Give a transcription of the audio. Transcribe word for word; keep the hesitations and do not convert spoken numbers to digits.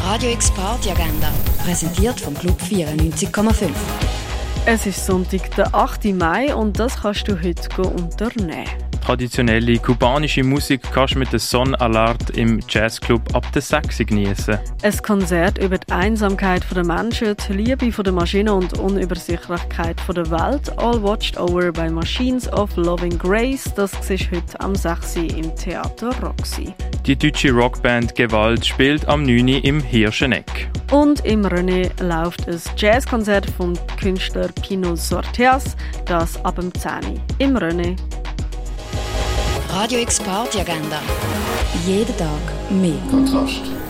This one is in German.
Radio X Party Agenda, präsentiert vom Club vierundneunzig Komma fünf. Es ist Sonntag, der achte Mai, und das kannst du heute unternehmen. Traditionelle kubanische Musik kannst du mit der Son Alert im Jazzclub ab der sechs genießen. Ein Konzert über die Einsamkeit der Menschen, die Liebe der Maschinen und die Unübersichtlichkeit der Welt. All Watched Over by Machines of Loving Grace. Das siehst du heute am sechs im Theater Roxy. Die deutsche Rockband Gewalt spielt am neun im Hirscheneck. Und im René läuft ein Jazzkonzert vom Künstler Pino Sorteas, das ab dem zehn im René. Radio X Party Agenda. Jeden Tag mehr Kontrast.